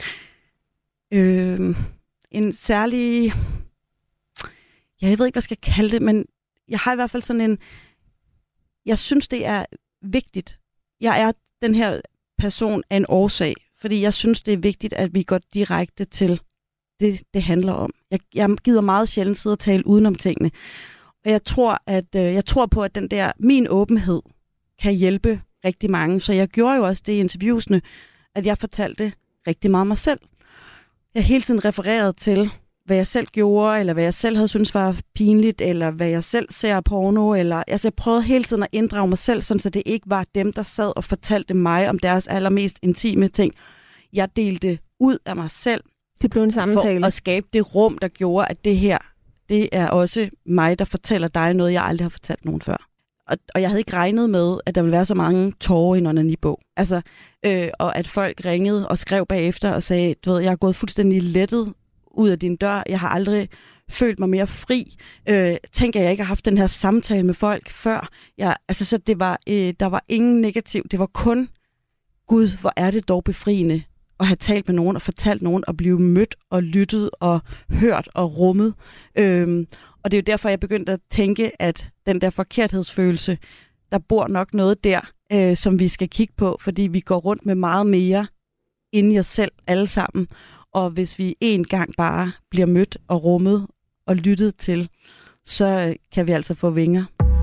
særlig, jeg ved ikke, hvad jeg skal kalde det, men jeg har i hvert fald sådan jeg synes, det er vigtigt. Jeg er den her person af en årsag, fordi jeg synes, det er vigtigt, at vi går direkte til det handler om. Jeg gider meget sjældent sidde og tale udenom tingene. Og jeg tror på, at den der, min åbenhed kan hjælpe rigtig mange. Så jeg gjorde jo også det i interviewsene, at jeg fortalte rigtig meget mig selv. Jeg hele tiden refererede til, hvad jeg selv gjorde, eller hvad jeg selv havde syntes var pinligt, eller hvad jeg selv ser porno, eller jeg prøvede hele tiden at inddrage mig selv, sådan så det ikke var dem, der sad og fortalte mig om deres allermest intime ting. Jeg delte ud af mig selv. Det blev en samtale. For at skabe det rum, der gjorde, at det her, det er også mig, der fortæller dig noget, jeg aldrig har fortalt nogen før. Og jeg havde ikke regnet med, at der ville være så mange tårer i en onanibog. Altså, og at folk ringede og skrev bagefter og sagde, du ved, jeg er gået fuldstændig lettet ud af din dør. Jeg har aldrig følt mig mere fri. Tænker jeg ikke har haft den her samtale med folk før. Så det var, der var ingen negativ. Det var kun, gud, hvor er det dog befriende at have talt med nogen og fortalt nogen og blive mødt og lyttet og hørt og rummet. Og det er jo derfor, jeg begyndte at tænke, at den der forkerthedsfølelse, der bor nok noget der, som vi skal kigge på, fordi vi går rundt med meget mere inde i os selv alle sammen. Og hvis vi en gang bare bliver mødt og rummet og lyttet til, så kan vi altså få vinger.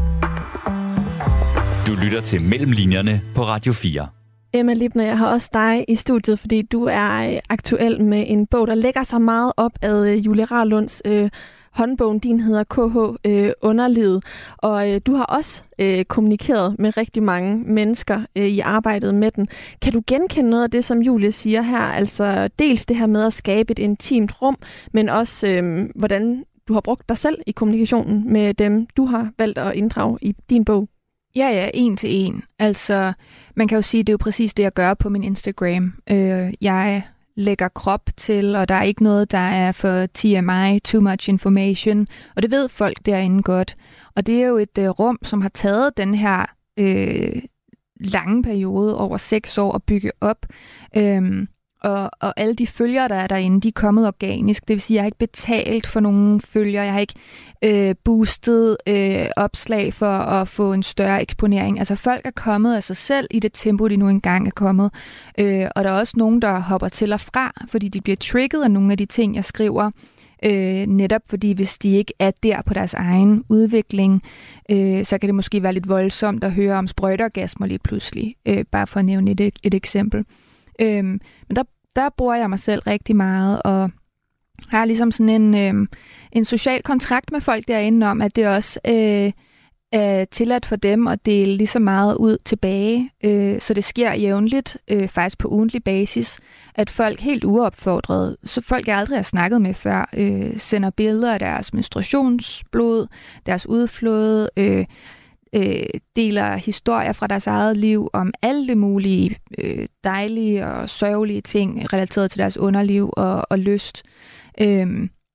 Du lytter til Mellemlinjerne på Radio 4. Emma Libner, jeg har også dig i studiet, fordi du er aktuel med en bog, der lægger sig meget op ad Julie Rahlunds håndbogen. Din hedder KH Underlivet, og du har også kommunikeret med rigtig mange mennesker i arbejdet med den. Kan du genkende noget af det, som Julie siger her? Altså dels det her med at skabe et intimt rum, men også hvordan du har brugt dig selv i kommunikationen med dem, du har valgt at inddrage i din bog. Ja, 1 til 1. Altså, man kan jo sige, at det er jo præcis det, jeg gør på min Instagram. Jeg lægger krop til, og der er ikke noget, der er for TMI, too much information, og det ved folk derinde godt. Og det er jo et rum, som har taget den her lange periode over 6 år at bygge op. Og alle de følgere, der er derinde, de er kommet organisk. Det vil sige, at jeg har ikke betalt for nogle følgere. Jeg har ikke boostet opslag for at få en større eksponering. Altså folk er kommet af sig selv i det tempo, de nu engang er kommet. Og der er også nogen, der hopper til og fra, fordi de bliver trigget af nogle af de ting, jeg skriver. Netop fordi hvis de ikke er der på deres egen udvikling, så kan det måske være lidt voldsomt at høre om sprøjteorgasmer lige pludselig. Bare for at nævne et eksempel. Men der bruger jeg mig selv rigtig meget, og har ligesom sådan en social kontrakt med folk derinde om, at det også er tilladt for dem at dele lige så meget ud tilbage. Så det sker jævnligt, faktisk på ugentlig basis, at folk helt uopfordret, så folk jeg aldrig har snakket med før, sender billeder af deres menstruationsblod, deres udflåde, deler historier fra deres eget liv om alle de mulige dejlige og sørgelige ting relateret til deres underliv og lyst.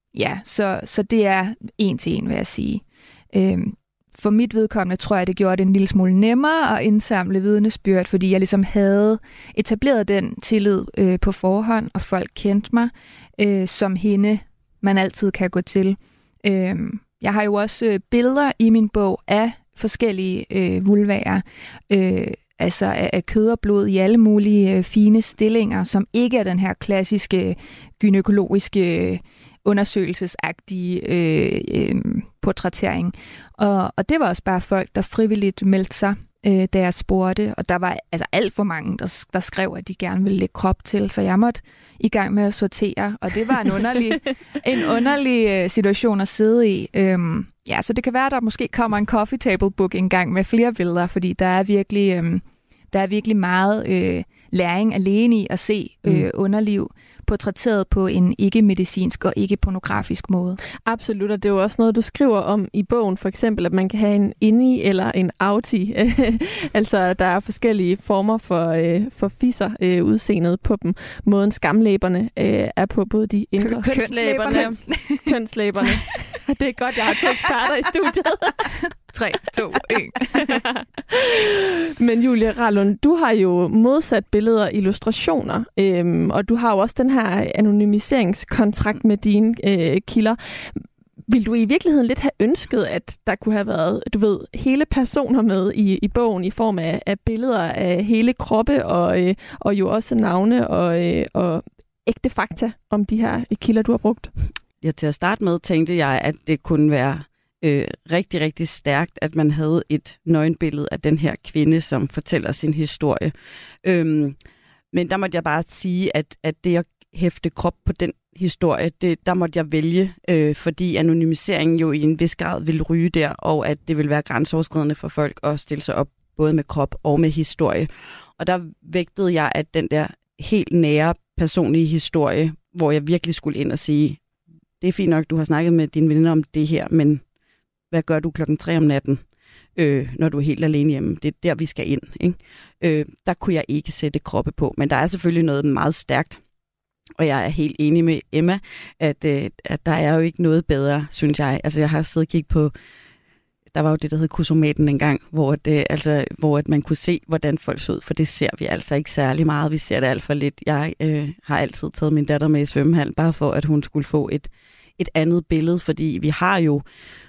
Ja, så det er en til en, vil jeg sige. For mit vedkommende tror jeg, det gjorde det en lille smule nemmere at indsamle vidnesbyrd, fordi jeg ligesom havde etableret den tillid på forhånd, og folk kendte mig som hende, man altid kan gå til. Jeg har jo også billeder i min bog af forskellige vulvaer, altså af kød og blod i alle mulige fine stillinger, som ikke er den her klassiske gynækologiske undersøgelsesagtige portrættering. Og det var også bare folk, der frivilligt meldte sig, da jeg spurgte, og der var altså alt for mange, der skrev, at de gerne ville lægge krop til, så jeg måtte i gang med at sortere, og det var en underlig situation at sidde i. Ja, så det kan være, at der måske kommer en coffee table book en gang med flere billeder, fordi der er virkelig meget læring alene i at se underliv portrætteret på en ikke-medicinsk og ikke-pornografisk måde. Absolut, og det er jo også noget, du skriver om i bogen, for eksempel, at man kan have en inni eller en outi. Altså, der er forskellige former for fisser udseendet på dem. Måden skamlæberne er på både de indre... Kønslæberne. Det er godt, jeg har 2 eksperter i studiet. 3, 2, 1. Men Julie Ralund, du har jo modsat billeder og illustrationer, og du har jo også den her anonymiseringskontrakt med dine kilder. Vil du i virkeligheden lidt have ønsket, at der kunne have været, du ved, hele personer med i bogen i form af billeder af hele kroppe og jo også navne og ægte fakta om de her kilder, du har brugt? Ja, til at starte med tænkte jeg, at det kunne være rigtig, rigtig stærkt, at man havde et nøgenbillede af den her kvinde, som fortæller sin historie. Men der måtte jeg bare sige, at det at hæfte krop på den historie, der måtte jeg vælge, fordi anonymiseringen jo i en vis grad ville ryge der, og at det ville være grænseoverskridende for folk at stille sig op både med krop og med historie. Og der vægtede jeg, at den der helt nære personlige historie, hvor jeg virkelig skulle ind og sige, det er fint nok, du har snakket med dine veninder om det her, men hvad gør du 3:00 om natten, når du er helt alene hjemme? Det er der, vi skal ind. Ikke? Der kunne jeg ikke sætte kroppe på, men der er selvfølgelig noget meget stærkt. Og jeg er helt enig med Emma, at der er jo ikke noget bedre, synes jeg. Altså, jeg har siddet og kigget på, der var jo det, der hed Kusomaten engang, hvor at man kunne se, hvordan folk så ud, for det ser vi altså ikke særlig meget. Vi ser det alt for lidt. Jeg har altid taget min datter med i svømmehallen, bare for, at hun skulle få et andet billede, fordi vi har jo,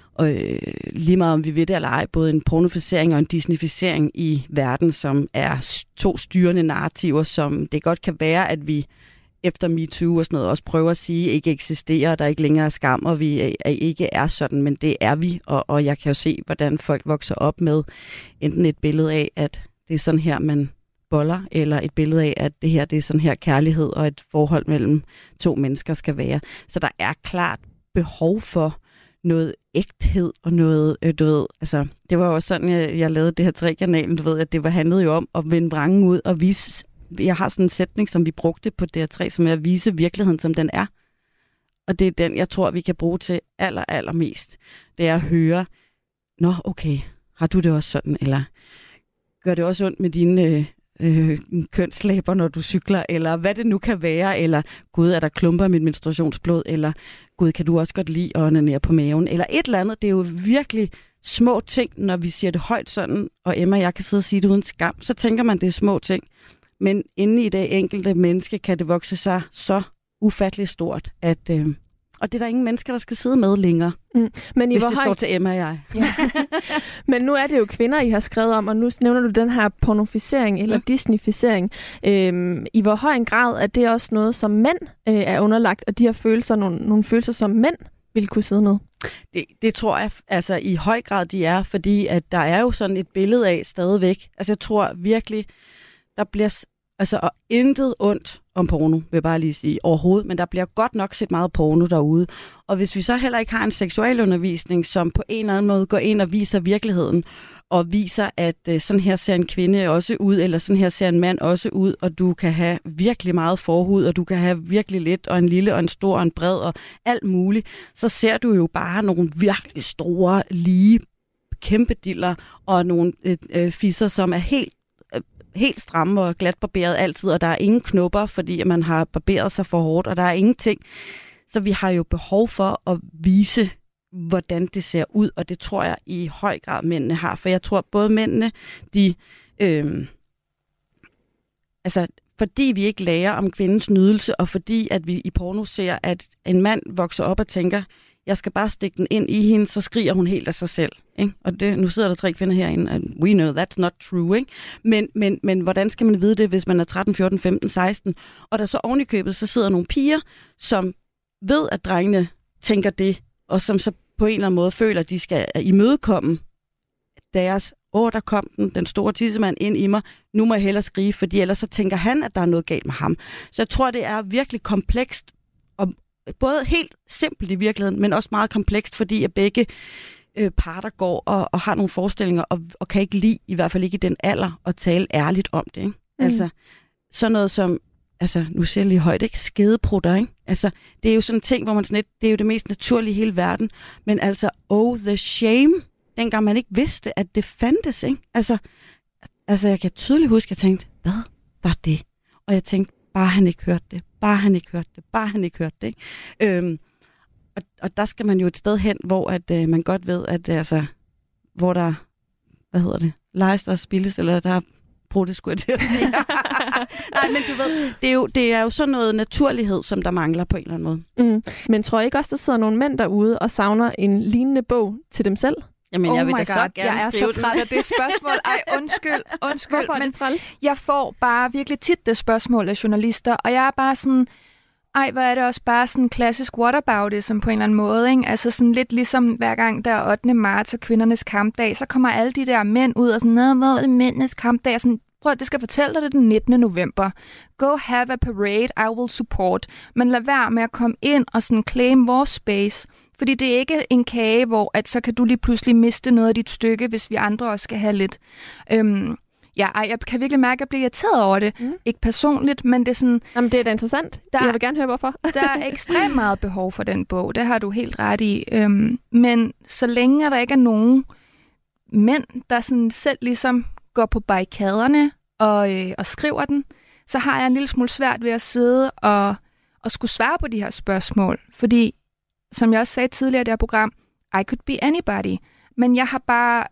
lige meget om vi ved det eller ej, både en pornoficering og en disneyficering i verden, som er 2 styrende narrativer, som det godt kan være, at vi efter MeToo og sådan noget også prøver at sige, ikke eksisterer, der ikke længere er skam, og vi ikke er sådan, men det er vi, og jeg kan jo se, hvordan folk vokser op med enten et billede af, at det er sådan her, man boller, eller et billede af, at det her, det er sådan her kærlighed, og et forhold mellem 2 mennesker skal være. Så der er klart behov for noget ægthed og noget, du ved, altså, det var også sådan, jeg lavede det her 3-kanalen, du ved, at det handlede jo om at vende vrangen ud og vise. Jeg har sådan en sætning, som vi brugte på DR3, som er at vise virkeligheden, som den er. Og det er den, jeg tror, vi kan bruge til allermest. Det er at høre, nå, okay, har du det også sådan? Eller gør det også ondt med dine kønslæber, når du cykler? Eller hvad det nu kan være? Eller gud, er der klumper i mit menstruationsblod? Eller gud, kan du også godt lide at onanere på maven? Eller et eller andet. Det er jo virkelig små ting, når vi siger det højt sådan, og Emma og jeg kan sidde og sige det uden skam, så tænker man, det er små ting. Men inde i det enkelte menneske kan det vokse sig så ufatteligt stort, at og det er der ingen mennesker, der skal sidde med længere, men hvis det står til Emma og jeg. Ja. Men nu er det jo kvinder, I har skrevet om, og nu nævner du den her pornoficering eller disneyficering. I hvor høj en grad er det også noget, som mænd er underlagt, og de her følelser, nogle følelser, som mænd vil kunne sidde med? Det tror jeg altså i høj grad, de er, fordi at der er jo sådan et billede af stadigvæk. Altså jeg tror virkelig, der bliver og intet ondt om porno, vil jeg bare lige sige, overhovedet, men der bliver godt nok set meget porno derude. Og hvis vi så heller ikke har en seksualundervisning, som på en eller anden måde går ind og viser virkeligheden, og viser, at sådan her ser en kvinde også ud, eller sådan her ser en mand også ud, og du kan have virkelig meget forhud, og du kan have virkelig lidt, og en lille, og en stor, og en bred, og alt muligt, så ser du jo bare nogle virkelig store, lige, kæmpe diller, og nogle fisser, som er helt stramme og glatbarberet altid, og der er ingen knopper, fordi man har barberet sig for hårdt, og der er ingenting. Så vi har jo behov for at vise, hvordan det ser ud, og det tror jeg i høj grad mændene har. For jeg tror både mændene, fordi vi ikke lærer om kvindens nydelse, og fordi at vi i porno ser, at en mand vokser op og tænker, jeg skal bare stikke den ind i hende, så skriger hun helt af sig selv. Ikke? Og nu sidder der 3 kvinder herinde, and we know that's not true. Ikke? Men hvordan skal man vide det, hvis man er 13, 14, 15, 16? Og der så oven i købet, så sidder nogle piger, som ved, at drengene tænker det, og som så på en eller anden måde føler, at de skal imødekomme deres, der kom den store tissemand ind i mig, nu må jeg hellere skrige, fordi ellers så tænker han, at der er noget galt med ham. Så jeg tror, det er virkelig komplekst, og både helt simpelt i virkeligheden, men også meget komplekst, fordi at begge parter går og har nogle forestillinger, og kan ikke lide, i hvert fald ikke i den alder, at tale ærligt om det. Ikke? Altså, sådan noget som, nu ser jeg lige højt, ikke? Skedeprutter, ikke? Altså, det er jo sådan en ting, hvor man sådan lidt, det er jo det mest naturlige i hele verden, men altså, the shame, dengang man ikke vidste, at det fandtes, ikke? Altså, jeg kan tydeligt huske, at jeg tænkte, hvad var det? Og jeg tænkte, bare han ikke hørte det, bare han ikke hørte det, ikke? Og der skal man jo et sted hen, hvor at man godt ved, at hvor der, lejes der spildes, eller der er det skulle jeg til at sige. Nej, men du ved, det er jo sådan noget naturlighed, som der mangler på en eller anden måde. Men tror jeg ikke også, der sidder nogle mænd derude og savner en lignende bog til dem selv? Jamen, jeg vil da så gerne jeg er skrive så træt af det spørgsmål. Ej, undskyld. Hvorfor men det træls? Jeg får bare virkelig tit det spørgsmål af journalister, og jeg er bare sådan, hvor er det også bare sådan klassisk whataboutism på en eller anden måde, ikke? Altså sådan lidt ligesom hver gang der er 8. marts og kvindernes kampdag, så kommer alle de der mænd ud og sådan, hvor er det mændenes kampdag? Sådan, prøv, det skal fortælle dig det den 19. november. Go have a parade, I will support. Men lad være med at komme ind og sådan claim vores space. Fordi det er ikke en kage, hvor at så kan du lige pludselig miste noget af dit stykke, hvis vi andre også skal have lidt. Jeg kan virkelig mærke, at jeg bliver irriteret over det. Ikke personligt, men det er sådan... Jamen, det er da interessant. Jeg vil gerne høre, hvorfor. Der er ekstremt meget behov for den bog. Det har du helt ret i. Men så længe der ikke er nogen mænd, der sådan selv ligesom går på barrikaderne og skriver den, så har jeg en lille smule svært ved at sidde og skulle svare på de her spørgsmål. Fordi, som jeg også sagde tidligere i det her program, I could be anybody. Men jeg har bare,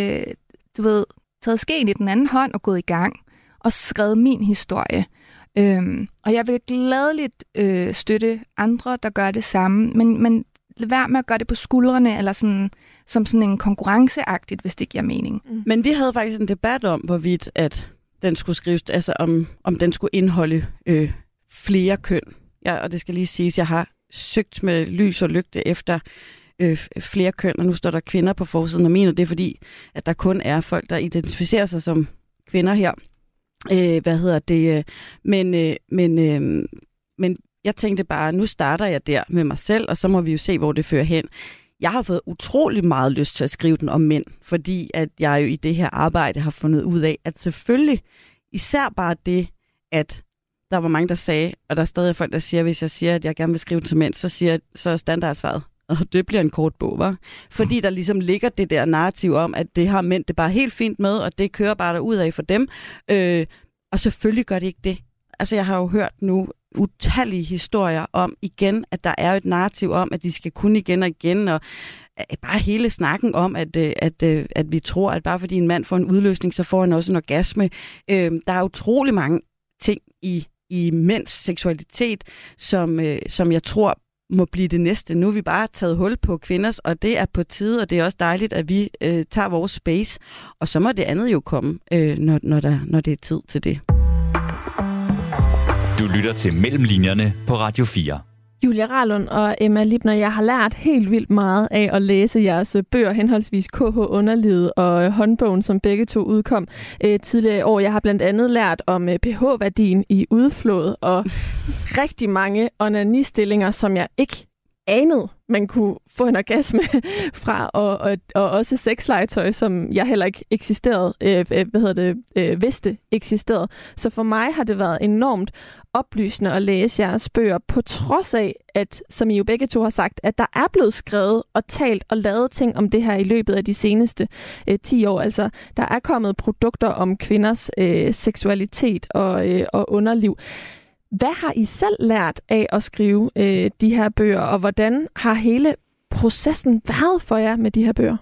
taget skeen i den anden hånd og gået i gang og skrevet min historie. Og jeg vil gladeligt støtte andre, der gør det samme, men lad være med at gøre det på skuldrene, eller sådan, som sådan en konkurrenceagtigt, hvis det giver mening. Men vi havde faktisk en debat om, hvorvidt at den skulle skrives, altså om den skulle indeholde flere køn. Ja, og det skal lige siges, jeg har søgt med lys og lygte efter flere køn, og nu står der kvinder på forsiden, og mener det er fordi, at der kun er folk, der identificerer sig som kvinder her. Men jeg tænkte bare, nu starter jeg der med mig selv, og så må vi jo se, hvor det fører hen. Jeg har fået utrolig meget lyst til at skrive den om mænd, fordi at jeg jo i det her arbejde har fundet ud af, at selvfølgelig især bare det, at der var mange, der sagde, og der er stadig folk, der siger, hvis jeg siger, at jeg gerne vil skrive til mænd, så er standardsvaret, og det bliver en kort bog, hva'? Fordi der ligesom ligger det der narrativ om, at det har mænd det bare helt fint med, og det kører bare derudad for dem. Og selvfølgelig gør det ikke det. Altså, jeg har jo hørt nu utallige historier om igen, at der er jo et narrativ om, at de skal kunne igen og igen, og bare hele snakken om, at vi tror, at bare fordi en mand får en udløsning, så får han også en orgasme. Der er utrolig mange ting i mænds seksualitet, som jeg tror må blive det næste. Nu har vi bare taget hul på kvinders, og det er på tide, og det er også dejligt, at vi tager vores space, og så må det andet jo komme, når det er tid til det. Du lytter til Mellemlinjerne på Radio 4. Julia Rahlund og Emma Libner, jeg har lært helt vildt meget af at læse jeres bøger, henholdsvis KH Underlivet og håndbogen, som begge to udkom tidligere i år. Jeg har blandt andet lært om pH-værdien i udflådet og rigtig mange onanistillinger, som jeg ikke anede, man kunne få en orgasme fra, og også sexlegetøj, som jeg heller ikke vidste eksisterede. Så for mig har det været enormt oplysende at læse jeres bøger, på trods af, at, som I jo begge to har sagt, at der er blevet skrevet og talt og lavet ting om det her i løbet af de seneste 10 år. Altså, der er kommet produkter om kvinders seksualitet og underliv. Hvad har I selv lært af at skrive de her bøger, og hvordan har hele processen været for jer med de her bøger?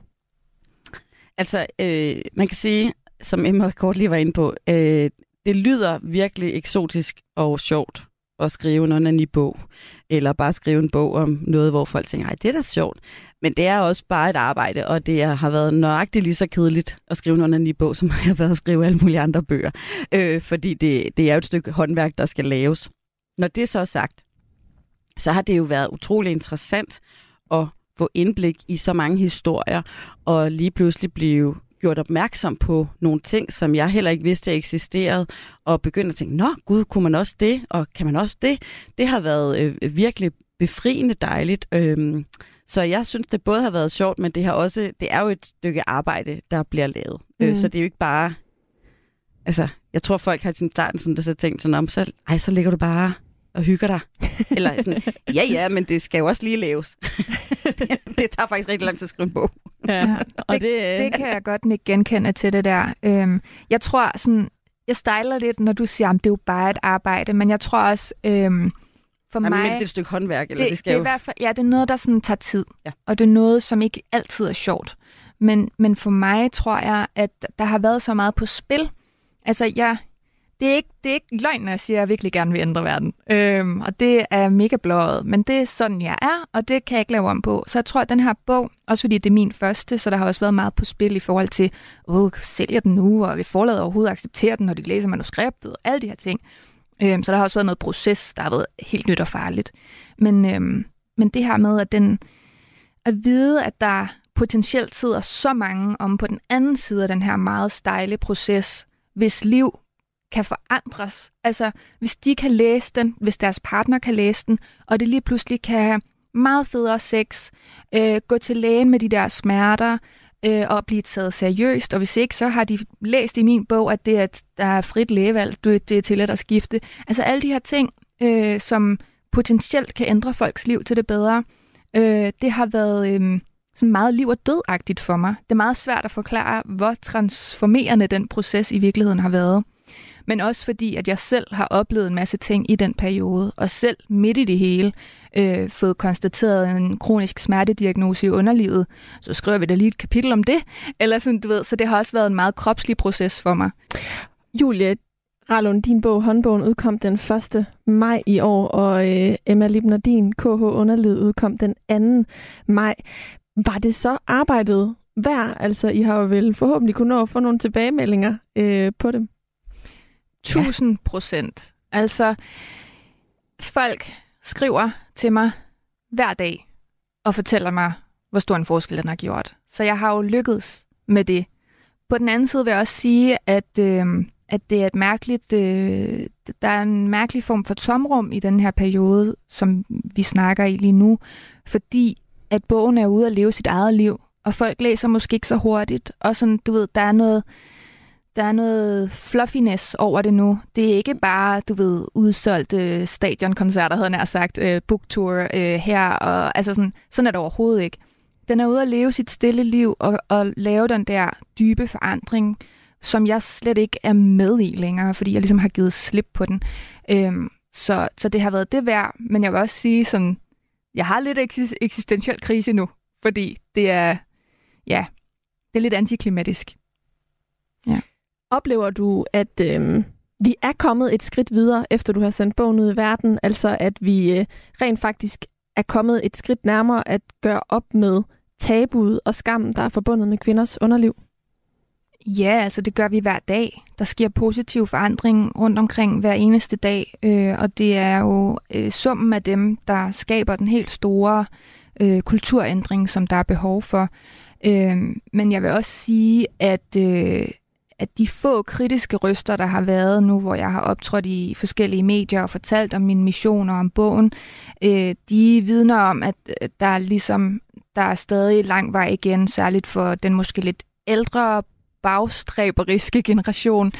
Altså, man kan sige, som Emma kort lige var inde på, det lyder virkelig eksotisk og sjovt at skrive en onani-bog, eller bare skrive en bog om noget, hvor folk tænker, ej, det er da sjovt. Men det er også bare et arbejde, og det har været nøjagtigt lige så kedeligt at skrive en onani-bog, som har været at skrive alle mulige andre bøger. Fordi det er jo et stykke håndværk, der skal laves. Når det så er sagt, så har det jo været utrolig interessant at få indblik i så mange historier, og lige pludselig blive gjort opmærksom på nogle ting, som jeg heller ikke vidste eksisterede, og begyndte at tænke, nå gud, kunne man også det, og kan man også det? Det har været virkelig befriende dejligt. Så jeg synes, det både har været sjovt, men det er jo et stykke arbejde, der bliver lavet. Så det er jo ikke bare... Altså, jeg tror, folk har til starten sådan, der så tænkt sådan om, så ligger du bare og hygger dig. Eller sådan, ja, men det skal jo også lige laves. Det tager faktisk rigtig lang tid at skrive en bog. Ja, og det kan jeg godt ikke genkende til det der. Jeg tror sådan, jeg stejler lidt, når du siger, at det er jo bare et arbejde, men jeg tror også, for mig... Men det er et stykke håndværk, eller det skal det er jo... i hvert fald, ja, det er noget, der sådan tager tid. Ja. Og det er noget, som ikke altid er sjovt. Men for mig tror jeg, at der har været så meget på spil. Altså, det er ikke løgn, når jeg siger, at jeg virkelig gerne vil ændre verden. Og det er mega blåret, men det er sådan, jeg er, og det kan jeg ikke lave om på. Så jeg tror, at den her bog, også fordi det er min første, så der har også været meget på spil i forhold til, sælger den nu, og vi forlader overhovedet acceptere den, når de læser manuskriptet, og alle de her ting. Så der har også været noget proces, der har været helt nyt og farligt. Men det her med, at vide, at der potentielt sidder så mange om på den anden side af den her meget stejle proces, hvis liv kan forandres. Altså, hvis de kan læse den, hvis deres partner kan læse den, og det lige pludselig kan have meget federe sex, gå til lægen med de der smerter, og blive taget seriøst. Og hvis ikke, så har de læst i min bog, at der er frit lægevalg, det er tilladt at skifte. Altså alle de her ting, som potentielt kan ændre folks liv til det bedre, det har været sådan meget liv- og dødagtigt for mig. Det er meget svært at forklare, hvor transformerende den proces i virkeligheden har været. Men også fordi, at jeg selv har oplevet en masse ting i den periode, og selv midt i det hele fået konstateret en kronisk smertediagnose i underlivet, så skriver vi da lige et kapitel om det. Eller sådan, du ved, så det har også været en meget kropslig proces for mig. Julie Ralund, din bog Håndbogen udkom den 1. maj i år, og Emma Libner, din KH Underlivet udkom den 2. maj. Var det så arbejdet værd? Altså, I har jo vel forhåbentlig kunnet nå at få nogle tilbagemeldinger på dem. 1000%. Altså, folk skriver til mig hver dag og fortæller mig, hvor stor en forskel den har gjort. Så jeg har jo lykkedes med det. På den anden side vil jeg også sige, at det er et mærkeligt, der er en mærkelig form for tomrum i den her periode, som vi snakker i lige nu, fordi at bogen er ude at leve sit eget liv, og folk læser måske ikke så hurtigt, og sådan, du ved, der er noget fluffiness over det nu. Det er ikke bare, du ved, udsolgte stadionkoncerter, havde jeg nær sagt, booktour her, og altså sådan er det overhovedet ikke. Den er ude at leve sit stille liv, og lave den der dybe forandring, som jeg slet ikke er med i længere, fordi jeg ligesom har givet slip på den. Så det har været det værd, men jeg vil også sige sådan, jeg har lidt eksistentiel krise nu, fordi det er lidt antiklimatisk. Ja. Oplever du, at vi er kommet et skridt videre, efter du har sendt bogen ud i verden? Altså, at vi rent faktisk er kommet et skridt nærmere at gøre op med tabuet og skammen, der er forbundet med kvinders underliv? Ja, altså det gør vi hver dag. Der sker positiv forandring rundt omkring hver eneste dag, og det er jo summen af dem, der skaber den helt store kulturændring, som der er behov for. Men jeg vil også sige, at de få kritiske røster, der har været nu, hvor jeg har optrådt i forskellige medier og fortalt om mine missioner om bogen, de vidner om, at der er stadig lang vej igen, særligt for den måske lidt ældre bagstræberiske generation,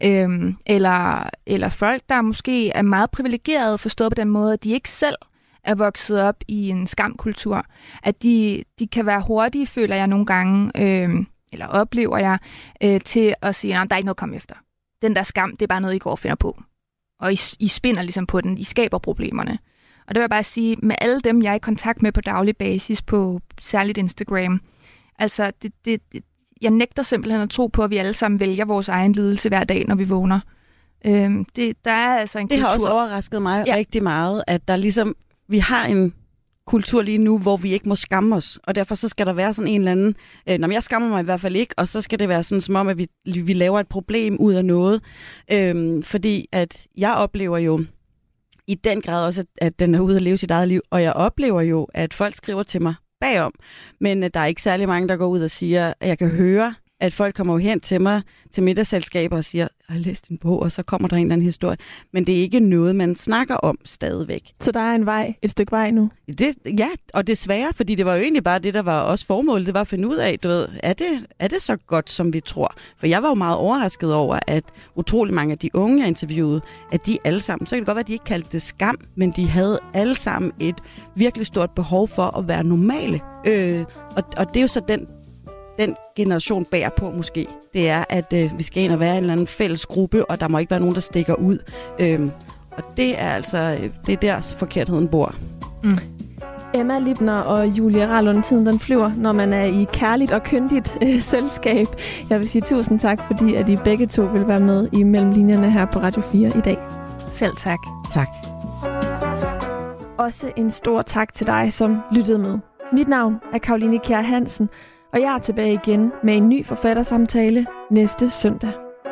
eller folk, der måske er meget privilegerede, forstået på den måde, at de ikke selv er vokset op i en skamkultur. At de kan være hurtige, føler jeg nogle gange, eller oplever jeg, til at sige, at der er ikke noget at komme efter. Den der skam, det er bare noget, I går og finder på. og I spinder ligesom på den, I skaber problemerne. Og det vil jeg bare sige, med alle dem, jeg er i kontakt med på daglig basis, på særligt Instagram, altså jeg nægter simpelthen at tro på, at vi alle sammen vælger vores egen lidelse hver dag, når vi vågner. Der er altså en kultur. Det har også overrasket mig rigtig meget, at der ligesom, vi har en kultur lige nu, hvor vi ikke må skamme os, og derfor så skal der være sådan en eller anden, jeg skammer mig i hvert fald ikke, og så skal det være sådan som om, at vi laver et problem ud af noget, fordi at jeg oplever jo i den grad også, at den er ude at leve sit eget liv, og jeg oplever jo, at folk skriver til mig bagom, men der er ikke særlig mange, der går ud og siger, at jeg kan høre, at folk kommer jo hen til mig til middagsselskaber og siger, jeg har læst din bog, og så kommer der en eller anden historie. Men det er ikke noget, man snakker om stadigvæk. Så der er et stykke vej nu? Ja, og desværre, fordi det var jo egentlig bare det, der var også formålet. Det var at finde ud af, er det så godt, som vi tror? For jeg var jo meget overrasket over, at utrolig mange af de unge, jeg interviewede, at de alle sammen, så kan det godt være, at de ikke kaldte det skam, men de havde alle sammen et virkelig stort behov for at være normale. Og det er jo så den generation bærer på måske, det er, at vi skal ind og være en eller anden fælles gruppe, og der må ikke være nogen, der stikker ud. Og det er altså, det er der forkertheden bor. Mm. Emma Libner og Julie Rallund, tiden den flyver, når man er i kærligt og kyndigt selskab. Jeg vil sige tusind tak, fordi at I begge to vil være med i Mellemlinjerne her på Radio 4 i dag. Selv tak. Tak. Også en stor tak til dig, som lyttede med. Mit navn er Karoline Kjær Hansen, og jeg er tilbage igen med en ny forfattersamtale næste søndag.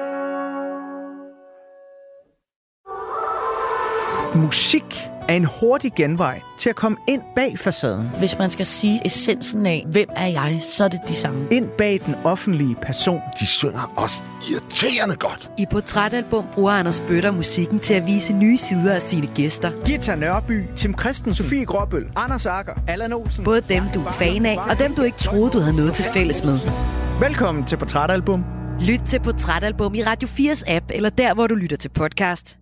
Musik er en hurtig genvej til at komme ind bag facaden. Hvis man skal sige essensen af, hvem er jeg, så er det de samme. Ind bag den offentlige person. De synger også irriterende godt. I Portrætalbum bruger Anders Bøtter musikken til at vise nye sider af sine gæster. Gita Nørby, Tim Christensen, Sofie Gråbøl, Anders Agger, Allan Olsen. Både dem, du er fan af, og dem, du ikke troede, du havde noget til fælles med. Velkommen til Portrætalbum. Lyt til Portrætalbum i Radio 4's app, eller der, hvor du lytter til podcast.